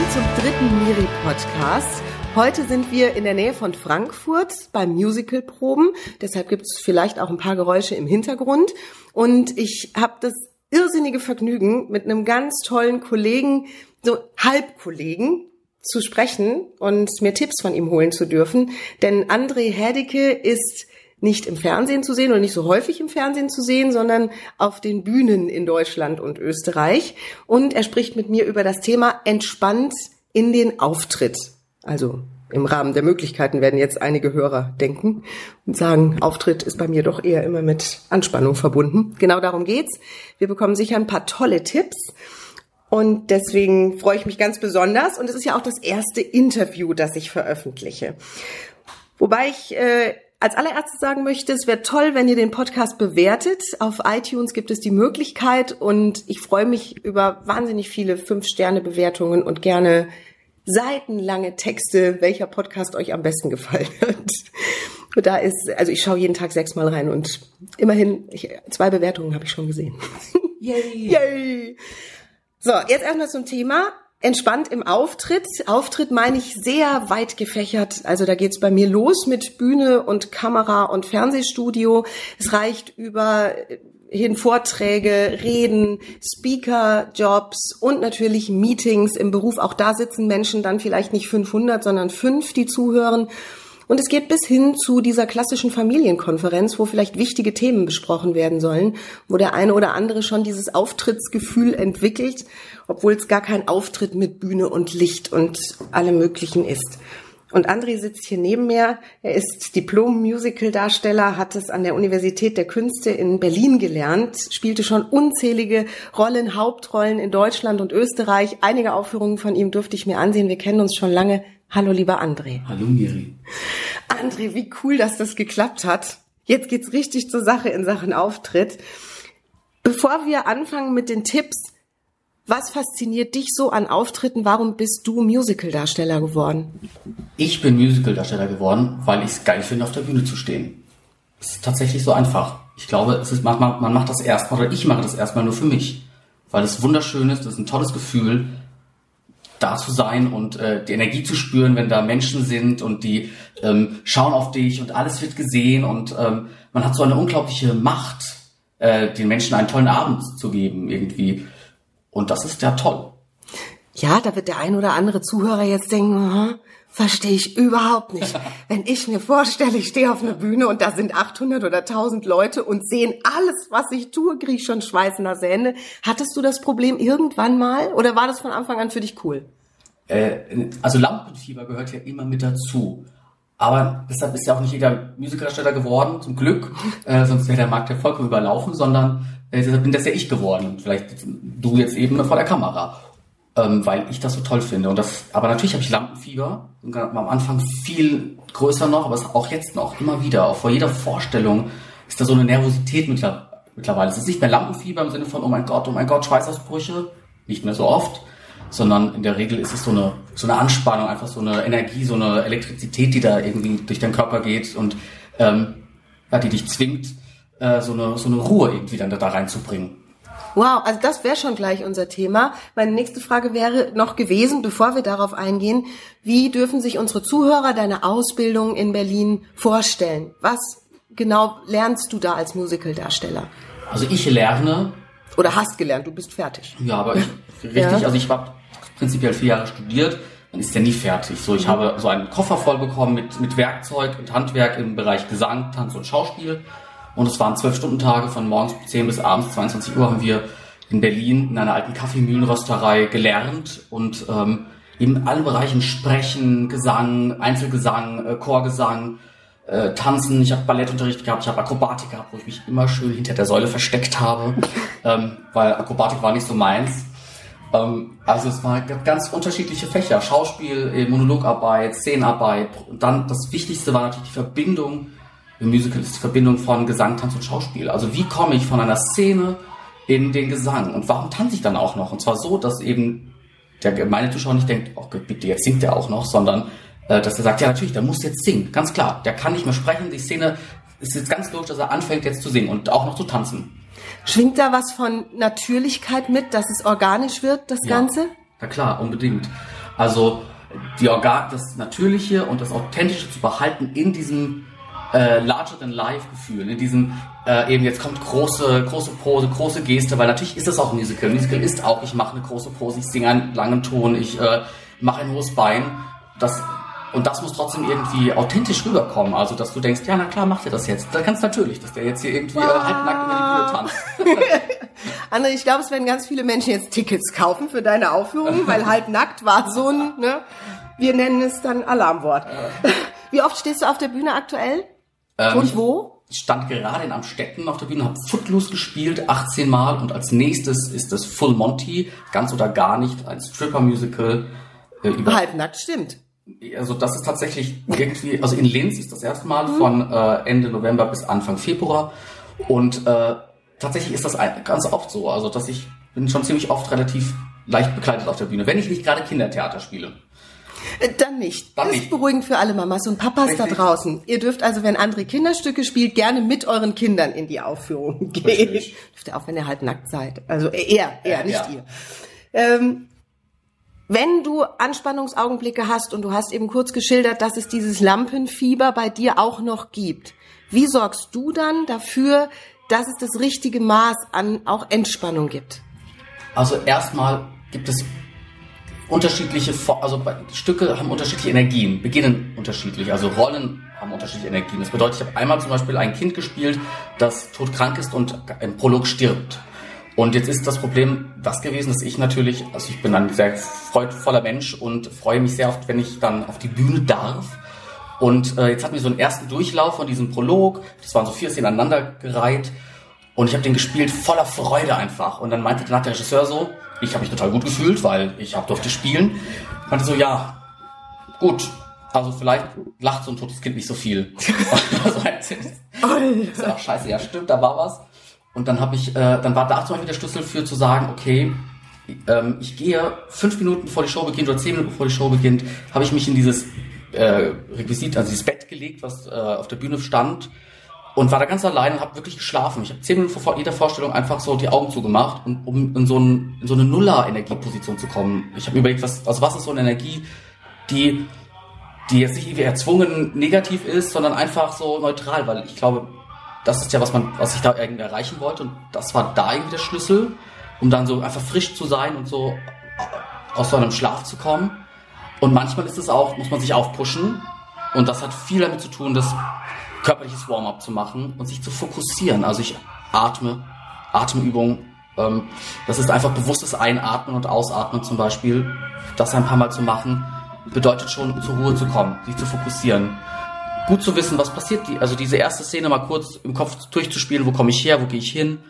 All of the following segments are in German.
zum dritten Miri-Podcast. Heute sind wir in der Nähe von Frankfurt beim Musicalproben. Deshalb gibt es vielleicht auch ein paar Geräusche im Hintergrund. Und ich habe das irrsinnige Vergnügen, mit einem ganz tollen Kollegen, so Halbkollegen, zu sprechen und mir Tipps von ihm holen zu dürfen. Denn André Hädicke ist nicht im Fernsehen zu sehen oder nicht so häufig im Fernsehen zu sehen, sondern auf den Bühnen in Deutschland und Österreich. Und er spricht mit mir über das Thema entspannt in den Auftritt. Also im Rahmen der Möglichkeiten werden jetzt einige Hörer denken und sagen, Auftritt ist bei mir doch eher immer mit Anspannung verbunden. Genau darum geht's. Wir bekommen sicher ein paar tolle Tipps. Und deswegen freue ich mich ganz besonders. Und es ist ja auch das erste Interview, das ich veröffentliche. Wobei ich als allererstes sagen möchte, es wäre toll, wenn ihr den Podcast bewertet. Auf iTunes gibt es die Möglichkeit und ich freue mich über wahnsinnig viele 5-Sterne-Bewertungen und gerne seitenlange Texte, welcher Podcast euch am besten gefallen hat. Und da ist, also ich schaue jeden Tag 6-mal rein und immerhin 2 Bewertungen habe ich schon gesehen. Yay! Yay! So, jetzt erstmal zum Thema. Entspannt im Auftritt. Auftritt meine ich sehr weit gefächert. Also da geht's bei mir los mit Bühne und Kamera und Fernsehstudio. Es reicht über hin Vorträge, Reden, Speaker-Jobs und natürlich Meetings im Beruf. Auch da sitzen Menschen dann vielleicht nicht 500, sondern 5, die zuhören. Und es geht bis hin zu dieser klassischen Familienkonferenz, wo vielleicht wichtige Themen besprochen werden sollen, wo der eine oder andere schon dieses Auftrittsgefühl entwickelt, obwohl es gar kein Auftritt mit Bühne und Licht und allem Möglichen ist. Und André sitzt hier neben mir. Er ist Diplom-Musical-Darsteller, hat es an der Universität der Künste in Berlin gelernt, spielte schon unzählige Rollen, Hauptrollen in Deutschland und Österreich. Einige Aufführungen von ihm durfte ich mir ansehen. Wir kennen uns schon lange. Hallo, lieber André. Hallo, Miri. André, wie cool, dass das geklappt hat. Jetzt geht's richtig zur Sache in Sachen Auftritt. Bevor wir anfangen mit den Tipps, was fasziniert dich so an Auftritten? Warum bist du Musicaldarsteller geworden? Ich bin Musicaldarsteller geworden, weil ich es geil finde, auf der Bühne zu stehen. Es ist tatsächlich so einfach. Ich glaube, man macht das erstmal, oder ich mache das erstmal nur für mich. Weil es wunderschön ist, das ist ein tolles Gefühl, da zu sein und die Energie zu spüren, wenn da Menschen sind und die schauen auf dich und alles wird gesehen und man hat so eine unglaubliche Macht, den Menschen einen tollen Abend zu geben irgendwie. Und das ist ja toll. Ja, da wird der ein oder andere Zuhörer jetzt denken, verstehe ich überhaupt nicht. Wenn ich mir vorstelle, ich stehe auf einer Bühne und da sind 800 oder 1000 Leute und sehen alles, was ich tue, kriege ich schon schweißnasse Hände. Hattest du das Problem irgendwann mal oder war das von Anfang an für dich cool? Also Lampenfieber gehört ja immer mit dazu. Aber deshalb ist ja auch nicht jeder Musicaldarsteller geworden, zum Glück. Sonst wäre der Markt ja vollkommen überlaufen, sondern deshalb bin das ja ich geworden. Und vielleicht du jetzt eben vor der Kamera. Weil ich das so toll finde. Aber natürlich habe ich Lampenfieber. Am Anfang viel größer noch, aber auch jetzt noch, immer wieder. Auch vor jeder Vorstellung ist da so eine Nervosität mittlerweile. Es ist nicht mehr Lampenfieber im Sinne von, oh mein Gott, Schweißausbrüche. Nicht mehr so oft. Sondern in der Regel ist es so eine Anspannung, einfach so eine Energie, so eine Elektrizität, die da irgendwie durch deinen Körper geht und die dich zwingt, so eine Ruhe irgendwie dann da reinzubringen. Wow, also das wäre schon gleich unser Thema. Meine nächste Frage wäre noch gewesen, bevor wir darauf eingehen, wie dürfen sich unsere Zuhörer deine Ausbildung in Berlin vorstellen? Was genau lernst du da als Musicaldarsteller? Also ich lerne... Oder hast gelernt, du bist fertig. Ja, aber richtig, ja. Also ich habe prinzipiell 4 Jahre studiert, dann ist der nie fertig. So, ich habe so einen Koffer voll bekommen mit Werkzeug und Handwerk im Bereich Gesang, Tanz und Schauspiel. Und es waren 12-Stunden-Tage von morgens 10 bis abends 22 Uhr haben wir in Berlin in einer alten Kaffeemühlenrösterei gelernt und eben in allen Bereichen Sprechen, Gesang, Einzelgesang, Chorgesang, Tanzen. Ich habe Ballettunterricht gehabt, ich habe Akrobatik gehabt, wo ich mich immer schön hinter der Säule versteckt habe, weil Akrobatik war nicht so meins. Also es waren ganz unterschiedliche Fächer, Schauspiel, Monologarbeit, Szenenarbeit. Und dann das Wichtigste war natürlich die Verbindung, im Musical ist die Verbindung von Gesang, Tanz und Schauspiel. Also wie komme ich von einer Szene in den Gesang und warum tanze ich dann auch noch? Und zwar so, dass eben der gemeine Zuschauer nicht denkt, oh Gott, bitte, jetzt singt er auch noch, sondern dass er sagt, ja natürlich, der muss jetzt singen, ganz klar. Der kann nicht mehr sprechen, die Szene ist jetzt ganz logisch, dass er anfängt jetzt zu singen und auch noch zu tanzen. Schwingt da was von Natürlichkeit mit, dass es organisch wird, das Ganze? Ja klar, unbedingt. Also das Natürliche und das Authentische zu behalten in diesem Larger-than-Life-Gefühl, in diesem eben jetzt kommt große Pose, große Geste, weil natürlich ist das auch ein Musical. Ein Musical ist auch, ich mache eine große Pose, ich singe einen langen Ton, ich mache ein hohes Bein. Das muss trotzdem irgendwie authentisch rüberkommen. Also, dass du denkst, ja, na klar, macht er das jetzt. Da ganz natürlich, dass der jetzt hier irgendwie halbnackt über die Bühne tanzt. André, ich glaube, es werden ganz viele Menschen jetzt Tickets kaufen für deine Aufführung, weil halbnackt war so ein, ne? Wir nennen es dann Alarmwort. Wie oft stehst du auf der Bühne aktuell? Und wo? Ich stand gerade in Amstetten auf der Bühne, habe Footloose gespielt, 18 Mal. Und als nächstes ist das Full Monty, ganz oder gar nicht, ein Stripper-Musical. Halbnackt, stimmt. Also das ist tatsächlich irgendwie, also in Linz ist das erste Mal von Ende November bis Anfang Februar. Und tatsächlich ist das ganz oft so, also dass ich bin schon ziemlich oft relativ leicht bekleidet auf der Bühne, wenn ich nicht gerade Kindertheater spiele. Dann nicht. Das ist beruhigend für alle Mamas und Papas da draußen. Ihr dürft also, wenn André Kinderstücke spielt, gerne mit euren Kindern in die Aufführung gehen. Dürft ihr auch, wenn ihr halt nackt seid. Also er, nicht ihr. Wenn du Anspannungsaugenblicke hast und du hast eben kurz geschildert, dass es dieses Lampenfieber bei dir auch noch gibt, wie sorgst du dann dafür, dass es das richtige Maß an auch Entspannung gibt? Also erstmal gibt es unterschiedliche, also Stücke haben unterschiedliche Energien, beginnen unterschiedlich, also Rollen haben unterschiedliche Energien. Das bedeutet, ich habe einmal zum Beispiel ein Kind gespielt, das todkrank ist und im Prolog stirbt. Und jetzt ist das Problem das gewesen, dass ich natürlich, also ich bin ein sehr freudvoller Mensch und freue mich sehr oft, wenn ich dann auf die Bühne darf. Und jetzt hatten wir so einen ersten Durchlauf von diesem Prolog, das waren so 4 Szenen aneinandergereiht und ich habe den gespielt voller Freude einfach. Und dann meinte danach der Regisseur so, ich habe mich total gut gefühlt, weil ich durfte spielen. Ich meinte so, ja, gut, also vielleicht lacht so ein totes Kind nicht so viel. Also, ach scheiße, ja stimmt, da war was. Und dann dann war da zum Beispiel der Schlüssel für zu sagen, okay, ich gehe 5 Minuten bevor die Show beginnt oder 10 Minuten bevor die Show beginnt, habe ich mich in dieses Requisit, also dieses Bett gelegt, was auf der Bühne stand und war da ganz allein und habe wirklich geschlafen. Ich habe 10 Minuten vor jeder Vorstellung einfach so die Augen zugemacht, um in so eine Nuller-Energieposition zu kommen. Ich habe überlegt, was ist so eine Energie, die jetzt nicht irgendwie erzwungen negativ ist, sondern einfach so neutral, weil ich glaube, das ist ja, was ich da irgendwie erreichen wollte und das war da irgendwie der Schlüssel, um dann so einfach frisch zu sein und so aus so einem Schlaf zu kommen. Und manchmal ist es auch, muss man sich aufpushen und das hat viel damit zu tun, das körperliches Warm-up zu machen und sich zu fokussieren. Also ich Atemübungen, das ist einfach bewusstes Einatmen und Ausatmen zum Beispiel. Das ein paar Mal zu machen, bedeutet schon zur Ruhe zu kommen, sich zu fokussieren. Gut zu wissen, was passiert, also diese erste Szene mal kurz im Kopf durchzuspielen, wo komme ich her, wo gehe ich hin,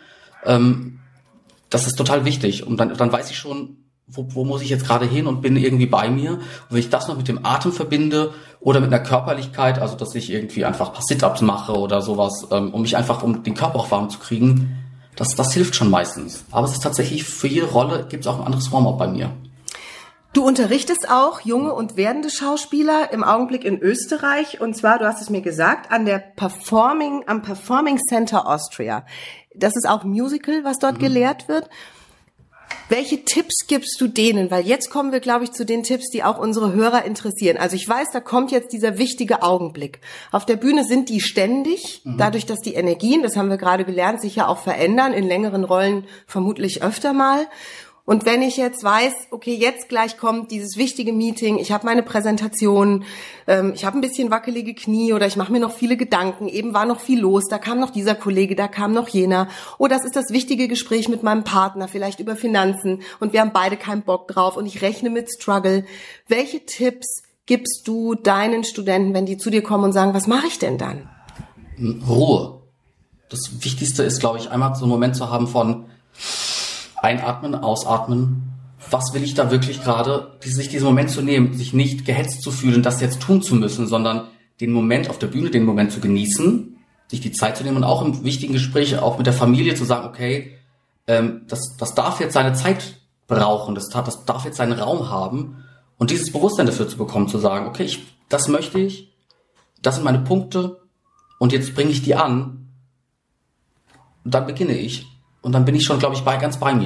das ist total wichtig. Und dann weiß ich schon, wo muss ich jetzt gerade hin und bin irgendwie bei mir. Und wenn ich das noch mit dem Atem verbinde oder mit einer Körperlichkeit, also dass ich irgendwie einfach ein paar Sit-Ups mache oder sowas, um den Körper auch warm zu kriegen, das hilft schon meistens. Aber es ist tatsächlich, für jede Rolle gibt es auch ein anderes Warm-up bei mir. Du unterrichtest auch junge und werdende Schauspieler im Augenblick in Österreich und zwar, du hast es mir gesagt, am Performing Center Austria. Das ist auch ein Musical, was dort gelehrt wird. Welche Tipps gibst du denen? Weil jetzt kommen wir, glaube ich, zu den Tipps, die auch unsere Hörer interessieren. Also ich weiß, da kommt jetzt dieser wichtige Augenblick. Auf der Bühne sind die ständig, dadurch, dass die Energien, das haben wir gerade gelernt, sich ja auch verändern, in längeren Rollen vermutlich öfter mal. Und wenn ich jetzt weiß, okay, jetzt gleich kommt dieses wichtige Meeting, ich habe meine Präsentation, ich habe ein bisschen wackelige Knie oder ich mache mir noch viele Gedanken, eben war noch viel los, da kam noch dieser Kollege, da kam noch jener. Oh, das ist das wichtige Gespräch mit meinem Partner, vielleicht über Finanzen und wir haben beide keinen Bock drauf und ich rechne mit Struggle. Welche Tipps gibst du deinen Studenten, wenn die zu dir kommen und sagen, was mache ich denn dann? Ruhe. Das Wichtigste ist, glaube ich, einmal so einen Moment zu haben von Einatmen, ausatmen. Was will ich da wirklich gerade? Sich diesen Moment zu nehmen, sich nicht gehetzt zu fühlen, das jetzt tun zu müssen, sondern den Moment auf der Bühne, den Moment zu genießen, sich die Zeit zu nehmen und auch im wichtigen Gespräch, auch mit der Familie zu sagen, okay, das darf jetzt seine Zeit brauchen, das darf jetzt seinen Raum haben und dieses Bewusstsein dafür zu bekommen, zu sagen, okay, das möchte ich, das sind meine Punkte und jetzt bringe ich die an und dann beginne ich. Und dann bin ich schon, glaube ich, ganz bei mir.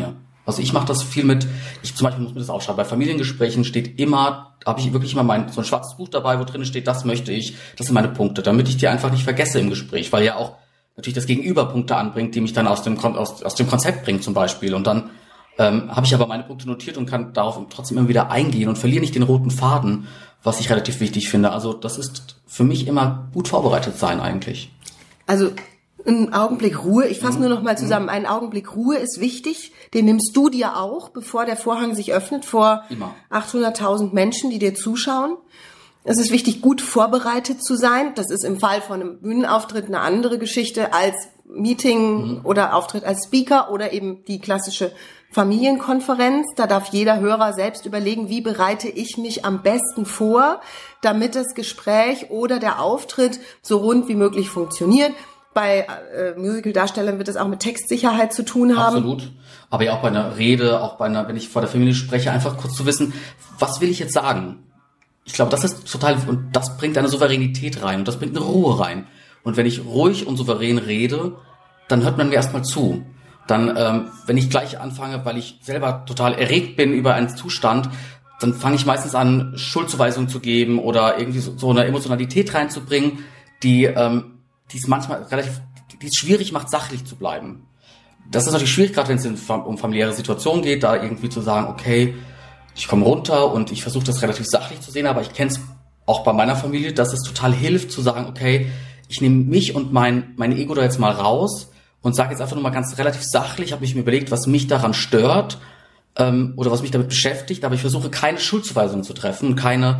Also ich mache das viel mit, ich zum Beispiel muss mir das aufschreiben, bei Familiengesprächen steht immer, habe ich wirklich immer so ein schwarzes Buch dabei, wo drin steht, das möchte ich, das sind meine Punkte, damit ich die einfach nicht vergesse im Gespräch, weil ja auch natürlich das Gegenüber Punkte anbringt, die mich dann aus dem Konzept bringt zum Beispiel. Und dann habe ich aber meine Punkte notiert und kann darauf trotzdem immer wieder eingehen und verliere nicht den roten Faden, was ich relativ wichtig finde. Also das ist für mich immer gut vorbereitet sein eigentlich. Also ein Augenblick Ruhe, ich fasse nur noch mal zusammen, ein Augenblick Ruhe ist wichtig, den nimmst du dir auch, bevor der Vorhang sich öffnet vor 800.000 Menschen, die dir zuschauen. Es ist wichtig, gut vorbereitet zu sein. Das ist im Fall von einem Bühnenauftritt eine andere Geschichte als Meeting oder Auftritt als Speaker oder eben die klassische Familienkonferenz. Da darf jeder Hörer selbst überlegen, wie bereite ich mich am besten vor, damit das Gespräch oder der Auftritt so rund wie möglich funktioniert. Bei Musical-Darstellern wird es auch mit Textsicherheit zu tun haben. Absolut. Aber ja auch bei einer Rede, wenn ich vor der Familie spreche, einfach kurz zu wissen, was will ich jetzt sagen? Ich glaube, das ist total, und das bringt eine Souveränität rein und das bringt eine Ruhe rein. Und wenn ich ruhig und souverän rede, dann hört man mir erstmal zu. Dann, wenn ich gleich anfange, weil ich selber total erregt bin über einen Zustand, dann fange ich meistens an, Schuldzuweisungen zu geben oder irgendwie so eine Emotionalität reinzubringen, die es manchmal die es schwierig macht, sachlich zu bleiben. Das ist natürlich schwierig, gerade wenn es um familiäre Situationen geht, da irgendwie zu sagen, okay, ich komme runter und ich versuche das relativ sachlich zu sehen, aber ich kenne es auch bei meiner Familie, dass es total hilft zu sagen, okay, ich nehme mich und mein Ego da jetzt mal raus und sage jetzt einfach nur mal ganz relativ sachlich, habe ich mir überlegt, was mich daran stört oder was mich damit beschäftigt, aber ich versuche keine Schuldzuweisungen zu treffen, keine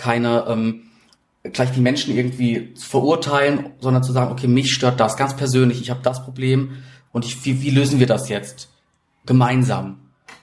gleich die Menschen irgendwie zu verurteilen, sondern zu sagen, okay, mich stört das ganz persönlich, ich habe das Problem und wie lösen wir das jetzt? Gemeinsam.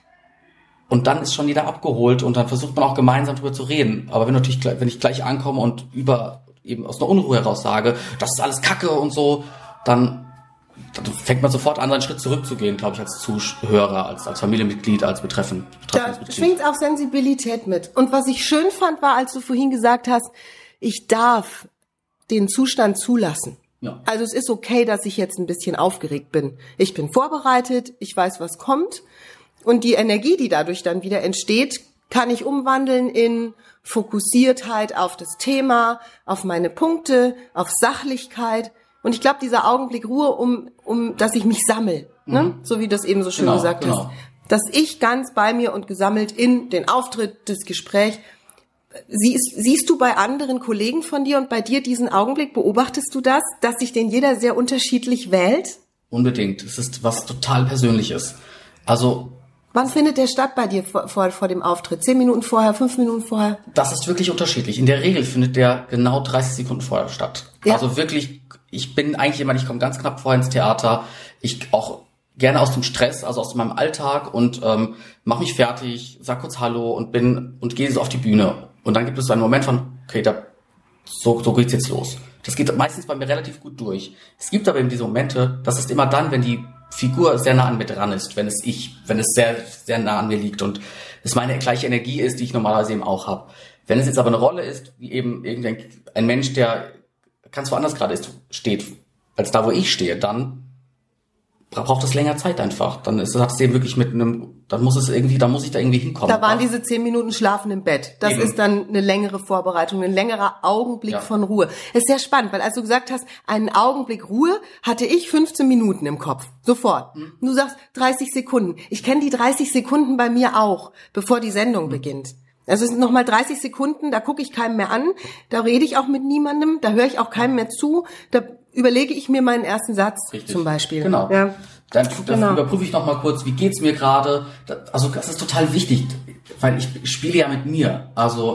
Und dann ist schon jeder abgeholt und dann versucht man auch gemeinsam drüber zu reden. Aber wenn ich gleich ankomme und eben aus einer Unruhe heraus sage, das ist alles Kacke und so, dann fängt man sofort an, einen Schritt zurückzugehen, glaube ich, als Zuhörer, als Familienmitglied, als betreffendes Da schwingt auch Sensibilität mit. Und was ich schön fand, war, als du vorhin gesagt hast, ich darf den Zustand zulassen. Ja. Also es ist okay, dass ich jetzt ein bisschen aufgeregt bin. Ich bin vorbereitet, ich weiß, was kommt. Und die Energie, die dadurch dann wieder entsteht, kann ich umwandeln in Fokussiertheit auf das Thema, auf meine Punkte, auf Sachlichkeit. Und ich glaube, dieser Augenblick Ruhe, dass ich mich sammle, ne? So wie du das eben so schön gesagt hast. Dass ich ganz bei mir und gesammelt in den Auftritt, das Gespräch. Siehst du bei anderen Kollegen von dir und bei dir diesen Augenblick, beobachtest du das, dass sich den jeder sehr unterschiedlich wählt? Unbedingt. Es ist was total Persönliches. Also wann findet der statt bei dir vor dem Auftritt? 10 Minuten vorher, 5 Minuten vorher? Das ist wirklich unterschiedlich. In der Regel findet der genau 30 Sekunden vorher statt. Ja. Also wirklich, ich bin eigentlich jemand, ich komme ganz knapp vorher ins Theater. Ich auch gerne aus dem Stress, also aus meinem Alltag und mache mich fertig, sag kurz Hallo und gehe so auf die Bühne. Und dann gibt es so einen Moment von, okay, so geht's jetzt los. Das geht meistens bei mir relativ gut durch. Es gibt aber eben diese Momente, das ist immer dann, wenn die Figur sehr nah an mir dran ist, wenn es sehr, sehr nah an mir liegt und es meine gleiche Energie ist, die ich normalerweise eben auch habe. Wenn es jetzt aber eine Rolle ist, wie eben ein Mensch, der ganz woanders gerade steht, als da, wo ich stehe, dann braucht es länger Zeit einfach. Dann hat es eben wirklich dann muss ich da irgendwie hinkommen. Da waren diese 10 Minuten Schlafen im Bett. Das eben. Ist dann eine längere Vorbereitung, ein längerer Augenblick von Ruhe. Ist sehr spannend, weil als du gesagt hast, einen Augenblick Ruhe, hatte ich 15 Minuten im Kopf. Sofort. Du sagst 30 Sekunden. Ich kenne die 30 Sekunden bei mir auch, bevor die Sendung beginnt. Also es sind nochmal 30 Sekunden, da gucke ich keinem mehr an, da rede ich auch mit niemandem, da höre ich auch keinem mehr zu, da überlege ich mir meinen ersten Satz. Richtig. Zum Beispiel. Genau. Ja. Dann überprüfe ich nochmal kurz, wie geht's mir gerade. Also das ist total wichtig, weil ich spiele ja mit mir. Also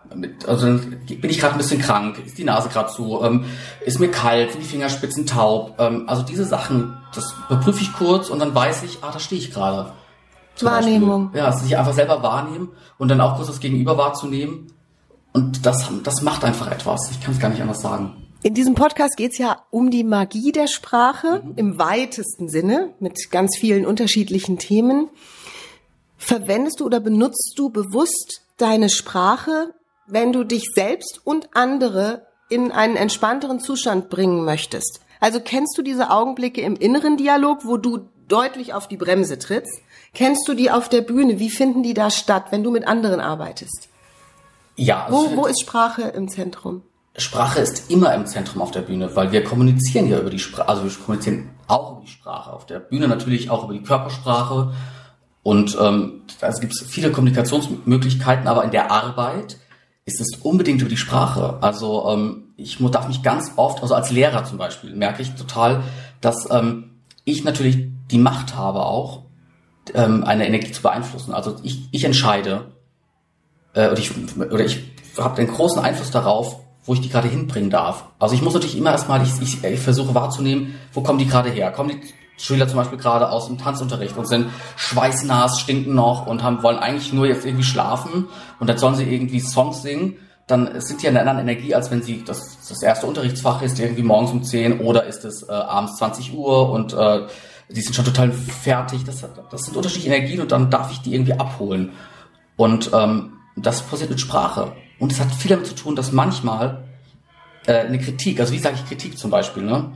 bin ich gerade ein bisschen krank, ist die Nase gerade zu, ist mir kalt, sind die Fingerspitzen taub. Also diese Sachen, das überprüfe ich kurz und dann weiß ich, da stehe ich gerade. Wahrnehmung. Ja, sich einfach selber wahrnehmen und dann auch kurz das Gegenüber wahrzunehmen. Und das macht einfach etwas. Ich kann es gar nicht anders sagen. In diesem Podcast geht's ja um die Magie der Sprache im weitesten Sinne mit ganz vielen unterschiedlichen Themen. Verwendest du oder benutzt du bewusst deine Sprache, wenn du dich selbst und andere in einen entspannteren Zustand bringen möchtest? Also kennst du diese Augenblicke im inneren Dialog, wo du deutlich auf die Bremse trittst? Kennst du die auf der Bühne? Wie finden die da statt, wenn du mit anderen arbeitest? Ja. Wo ist Sprache im Zentrum? Sprache ist immer im Zentrum auf der Bühne, weil wir kommunizieren ja über die Sprache, also wir kommunizieren auch über die Sprache. Auf der Bühne natürlich auch über die Körpersprache. Und also gibt es viele Kommunikationsmöglichkeiten, aber in der Arbeit ist es unbedingt über die Sprache. Also ich darf mich ganz oft, also als Lehrer zum Beispiel, merke ich total, dass ich natürlich die Macht habe auch, eine Energie zu beeinflussen. Also ich entscheide oder ich habe den großen Einfluss darauf, wo ich die gerade hinbringen darf. Also ich muss natürlich immer erstmal, ich versuche wahrzunehmen, wo kommen die gerade her? Kommen die Schüler zum Beispiel gerade aus dem Tanzunterricht und sind schweißnass, stinken noch und wollen eigentlich nur jetzt irgendwie schlafen und dann sollen sie irgendwie Songs singen, dann sind die in einer anderen Energie, als wenn sie das erste Unterrichtsfach ist, irgendwie morgens um 10 oder ist es abends 20 Uhr und die sind schon total fertig. Das sind unterschiedliche Energien und dann darf ich die irgendwie abholen. Und das passiert mit Sprache. Und es hat viel damit zu tun, dass manchmal eine Kritik, also wie sage ich Kritik zum Beispiel, ne?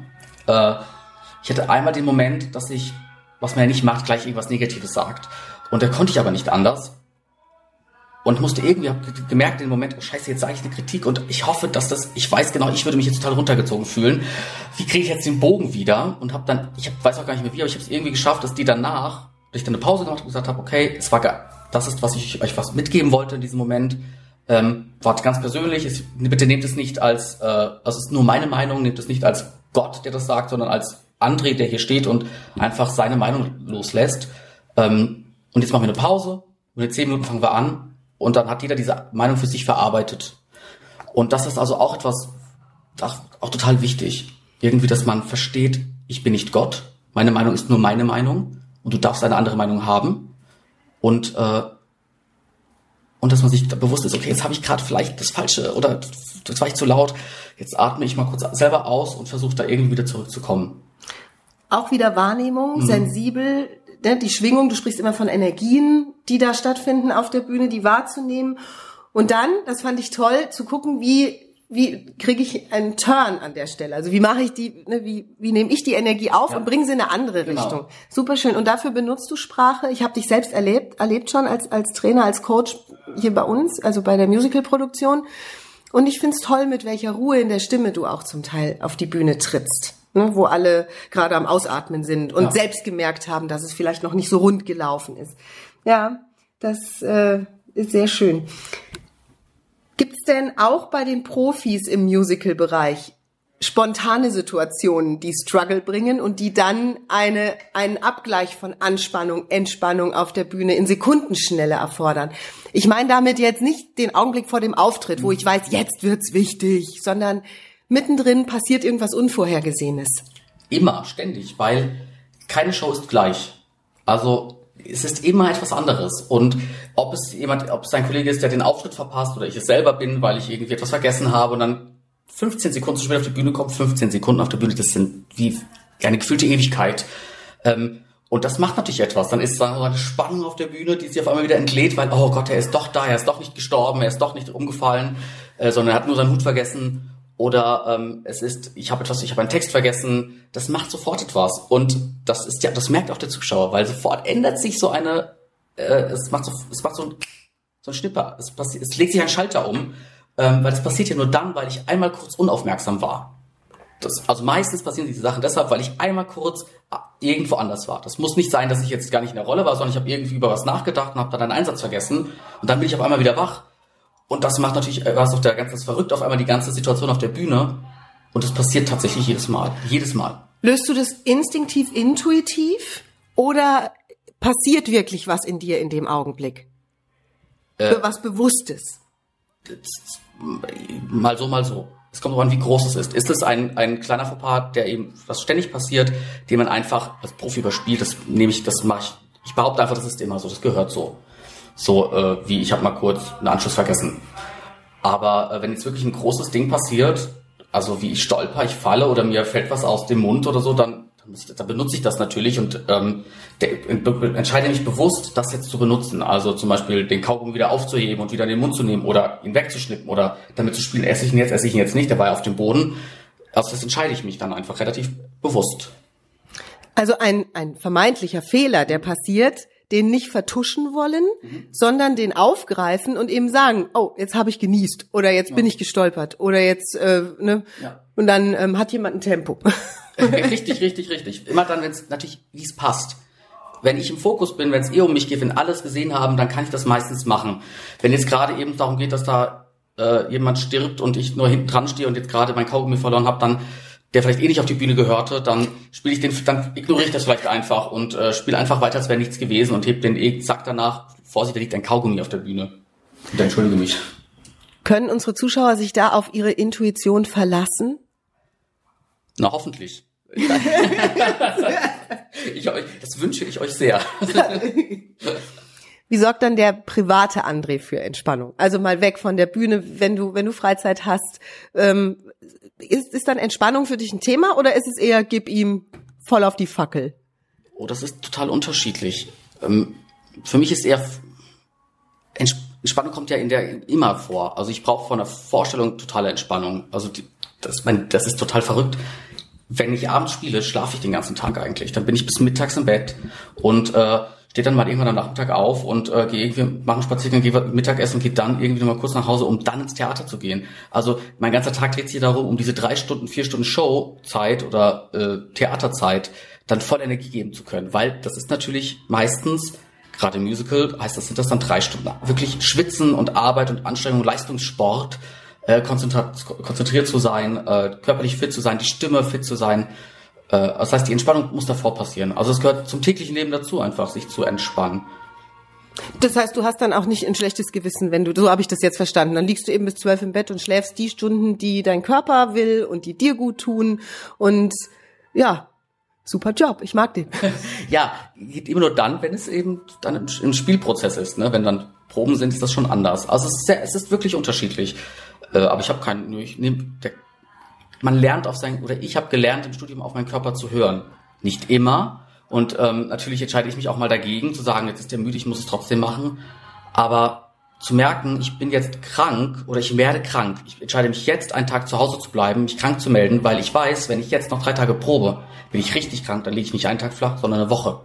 Ich hatte einmal den Moment, dass ich, was man ja nicht macht, gleich irgendwas Negatives sagt. Und da konnte ich aber nicht anders. Und musste irgendwie, habe gemerkt in dem Moment, oh scheiße, jetzt sage ich eine Kritik und ich hoffe, dass ich weiß genau, ich würde mich jetzt total runtergezogen fühlen. Wie kriege ich jetzt den Bogen wieder? Und weiß auch gar nicht mehr wie, aber ich habe es irgendwie geschafft, dass die danach, dass ich dann eine Pause gemacht und gesagt habe, okay, es war geil. Das ist, was ich euch was mitgeben wollte in diesem Moment. War ganz persönlich. Bitte nehmt es nicht als, es ist nur meine Meinung, nehmt es nicht als Gott, der das sagt, sondern als André, der hier steht und einfach seine Meinung loslässt. Und jetzt machen wir eine Pause und in 10 Minuten fangen wir an und dann hat jeder diese Meinung für sich verarbeitet. Und das ist also auch etwas, auch total wichtig. Irgendwie, dass man versteht, ich bin nicht Gott, meine Meinung ist nur meine Meinung und du darfst eine andere Meinung haben. Und dass man sich bewusst ist, okay, jetzt habe ich gerade vielleicht das Falsche oder das war ich zu laut. Jetzt atme ich mal kurz selber aus und versuche da irgendwie wieder zurückzukommen. Auch wieder Wahrnehmung, sensibel, ne, die Schwingung, du sprichst immer von Energien, die da stattfinden auf der Bühne, die wahrzunehmen. Und dann, das fand ich toll, zu gucken, wie kriege ich einen Turn an der Stelle? Also wie mache ich die, ne, wie nehme ich die Energie auf und bringe sie in eine andere Richtung? Super schön. Und dafür benutzt du Sprache. Ich habe dich selbst erlebt schon als Trainer, als Coach hier bei uns, also bei der Musical-Produktion. Und ich find's toll, mit welcher Ruhe in der Stimme du auch zum Teil auf die Bühne trittst. Ne, wo alle gerade am Ausatmen sind und selbst gemerkt haben, dass es vielleicht noch nicht so rund gelaufen ist. Ja, das ist sehr schön. Gibt's denn auch bei den Profis im Musical-Bereich spontane Situationen, die Struggle bringen und die dann einen Abgleich von Anspannung, Entspannung auf der Bühne in Sekundenschnelle erfordern? Ich meine damit jetzt nicht den Augenblick vor dem Auftritt, wo ich weiß, jetzt wird's wichtig, sondern mittendrin passiert irgendwas Unvorhergesehenes. Immer, ständig, weil keine Show ist gleich. Also es ist immer etwas anderes. Und ob es ein Kollege ist, der den Auftritt verpasst oder ich es selber bin, weil ich irgendwie etwas vergessen habe und dann 15 Sekunden zu spät auf die Bühne kommt, 15 Sekunden auf der Bühne, das sind wie eine gefühlte Ewigkeit. Und das macht natürlich etwas. Dann ist da eine Spannung auf der Bühne, die sich auf einmal wieder entlädt, weil, oh Gott, er ist doch da, er ist doch nicht gestorben, er ist doch nicht umgefallen, sondern er hat nur seinen Hut vergessen. Oder ich habe einen Text vergessen. Das macht sofort etwas. Und das merkt auch der Zuschauer, weil sofort ändert sich so eine, es macht so ein Schnipper. Es legt sich ein Schalter um, weil das passiert ja nur dann, weil ich einmal kurz unaufmerksam war. Also meistens passieren diese Sachen deshalb, weil ich einmal kurz irgendwo anders war. Das muss nicht sein, dass ich jetzt gar nicht in der Rolle war, sondern ich habe irgendwie über was nachgedacht und habe dann einen Einsatz vergessen. Und dann bin ich auf einmal wieder wach. Und das macht natürlich, das verrückt auf einmal die ganze Situation auf der Bühne. Und das passiert tatsächlich jedes Mal. Jedes Mal. Löst du das instinktiv, intuitiv? Oder passiert wirklich was in dir in dem Augenblick? Was Bewusstes? Mal so, mal so. Es kommt darauf an, wie groß es ist. Ist es ein kleiner Fauxpas, der eben, was ständig passiert, den man einfach als Profi überspielt? Ich behaupte einfach, das ist immer so, das gehört so. So wie ich habe mal kurz einen Anschluss vergessen. Aber wenn jetzt wirklich ein großes Ding passiert, also wie ich stolper, ich falle oder mir fällt was aus dem Mund oder so, dann benutze ich das natürlich und entscheide mich bewusst, das jetzt zu benutzen. Also zum Beispiel den Kaugummi wieder aufzuheben und wieder in den Mund zu nehmen oder ihn wegzuschnippen oder damit zu spielen, esse ich ihn jetzt nicht, der war ja auf dem Boden. Also das entscheide ich mich dann einfach relativ bewusst. Also ein vermeintlicher Fehler, der passiert, den nicht vertuschen wollen, sondern den aufgreifen und eben sagen, oh, jetzt habe ich genießt oder jetzt bin ich gestolpert oder jetzt, ne? Ja. Und dann hat jemand ein Tempo. Richtig. Immer dann, wenn es natürlich, wie es passt. Wenn ich im Fokus bin, wenn es um mich geht, wenn alles gesehen haben, dann kann ich das meistens machen. Wenn jetzt gerade eben darum geht, dass da jemand stirbt und ich nur hinten dran stehe und jetzt gerade mein Kaugummi verloren habe, dann der vielleicht nicht auf die Bühne gehörte, dann dann ignoriere ich das vielleicht einfach und spiele einfach weiter, als wäre nichts gewesen und heb den zack danach, Vorsicht, da liegt ein Kaugummi auf der Bühne. Und entschuldige mich. Können unsere Zuschauer sich da auf ihre Intuition verlassen? Na, hoffentlich. Das wünsche ich euch sehr. Wie sorgt dann der private André für Entspannung? Also mal weg von der Bühne, wenn du Freizeit hast. Ist dann Entspannung für dich ein Thema oder ist es eher, gib ihm voll auf die Fackel? Oh, das ist total unterschiedlich. Für mich ist eher, Entspannung kommt ja immer vor. Also ich brauche von der Vorstellung totale Entspannung. Also das ist total verrückt. Wenn ich abends spiele, schlafe ich den ganzen Tag eigentlich. Dann bin ich bis mittags im Bett und stehe dann mal irgendwann am Nachmittag auf und gehe irgendwie, mache einen Spaziergang, gehe Mittagessen und gehe dann irgendwie nochmal kurz nach Hause, um dann ins Theater zu gehen. Also mein ganzer Tag dreht sich darum, um diese 3 Stunden, 4 Stunden Showzeit oder Theaterzeit dann voll Energie geben zu können. Weil das ist natürlich meistens, gerade im Musical, sind das dann 3 Stunden wirklich Schwitzen und Arbeit und Anstrengung, Leistungssport, konzentriert zu sein, körperlich fit zu sein, die Stimme fit zu sein. Das heißt, die Entspannung muss davor passieren. Also es gehört zum täglichen Leben dazu, einfach sich zu entspannen. Das heißt, du hast dann auch nicht ein schlechtes Gewissen, so habe ich das jetzt verstanden. Dann liegst du eben bis 12 im Bett und schläfst die Stunden, die dein Körper will und die dir gut tun. Und ja, super Job, ich mag den. Ja, geht immer nur dann, wenn es eben dann im Spielprozess ist. Ne? Wenn dann Proben sind, ist das schon anders. Also es ist wirklich unterschiedlich. Aber ich habe man lernt ich habe gelernt im Studium auf meinen Körper zu hören. Nicht immer. Und natürlich entscheide ich mich auch mal dagegen, zu sagen, jetzt ist der müde, ich muss es trotzdem machen. Aber zu merken, ich bin jetzt krank oder ich werde krank. Ich entscheide mich jetzt, einen Tag zu Hause zu bleiben, mich krank zu melden, weil ich weiß, wenn ich jetzt noch 3 Tage probe, bin ich richtig krank, dann liege ich nicht einen Tag flach, sondern eine Woche.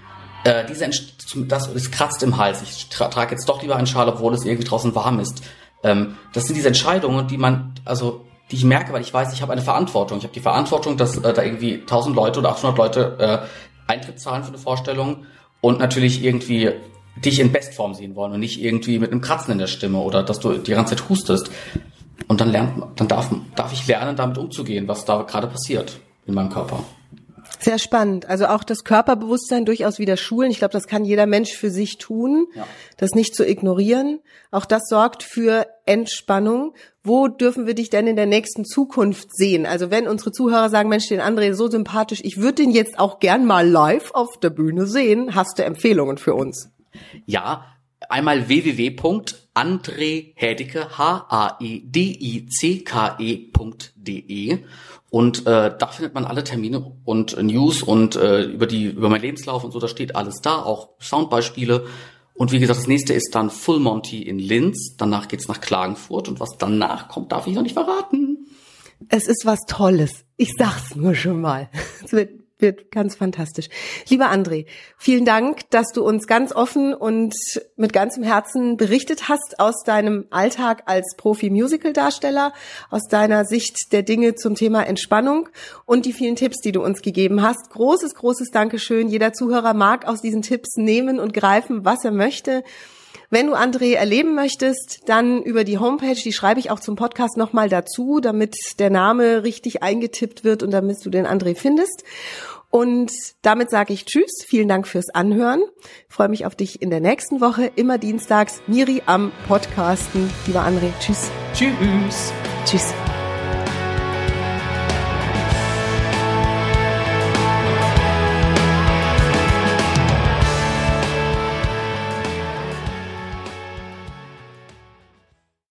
Das kratzt im Hals. Ich trage jetzt doch lieber einen Schal, obwohl es irgendwie draußen warm ist. Das sind diese Entscheidungen, die ich merke, weil ich weiß, ich habe eine Verantwortung. Ich habe die Verantwortung, dass da irgendwie 1000 Leute oder 800 Leute Eintritt zahlen für eine Vorstellung und natürlich irgendwie dich in Bestform sehen wollen und nicht irgendwie mit einem Kratzen in der Stimme oder dass du die ganze Zeit hustest. Und dann darf ich lernen, damit umzugehen, was da gerade passiert in meinem Körper. Sehr spannend. Also auch das Körperbewusstsein durchaus wieder schulen. Ich glaube, das kann jeder Mensch für sich tun, das nicht zu ignorieren. Auch das sorgt für Entspannung. Wo dürfen wir dich denn in der nächsten Zukunft sehen? Also wenn unsere Zuhörer sagen, Mensch, den André ist so sympathisch, ich würde den jetzt auch gern mal live auf der Bühne sehen. Hast du Empfehlungen für uns? Ja, einmal www.andrehädicke, HAEDICKE.de und da findet man alle Termine und News und über meinen Lebenslauf und so, da steht alles da, auch Soundbeispiele. Und wie gesagt, das nächste ist dann Full Monty in Linz, danach geht's nach Klagenfurt und was danach kommt, darf ich noch nicht verraten. Es ist was Tolles, ich sag's nur schon mal. Es wird ganz fantastisch. Lieber André, vielen Dank, dass du uns ganz offen und mit ganzem Herzen berichtet hast aus deinem Alltag als Profi-Musical-Darsteller, aus deiner Sicht der Dinge zum Thema Entspannung und die vielen Tipps, die du uns gegeben hast. Großes, großes Dankeschön. Jeder Zuhörer mag aus diesen Tipps nehmen und greifen, was er möchte. Wenn du André erleben möchtest, dann über die Homepage, die schreibe ich auch zum Podcast nochmal dazu, damit der Name richtig eingetippt wird und damit du den André findest. Und damit sage ich Tschüss, vielen Dank fürs Anhören. Ich freue mich auf dich in der nächsten Woche, immer dienstags, Miri am Podcasten. Lieber André, tschüss. Tschüss. Tschüss.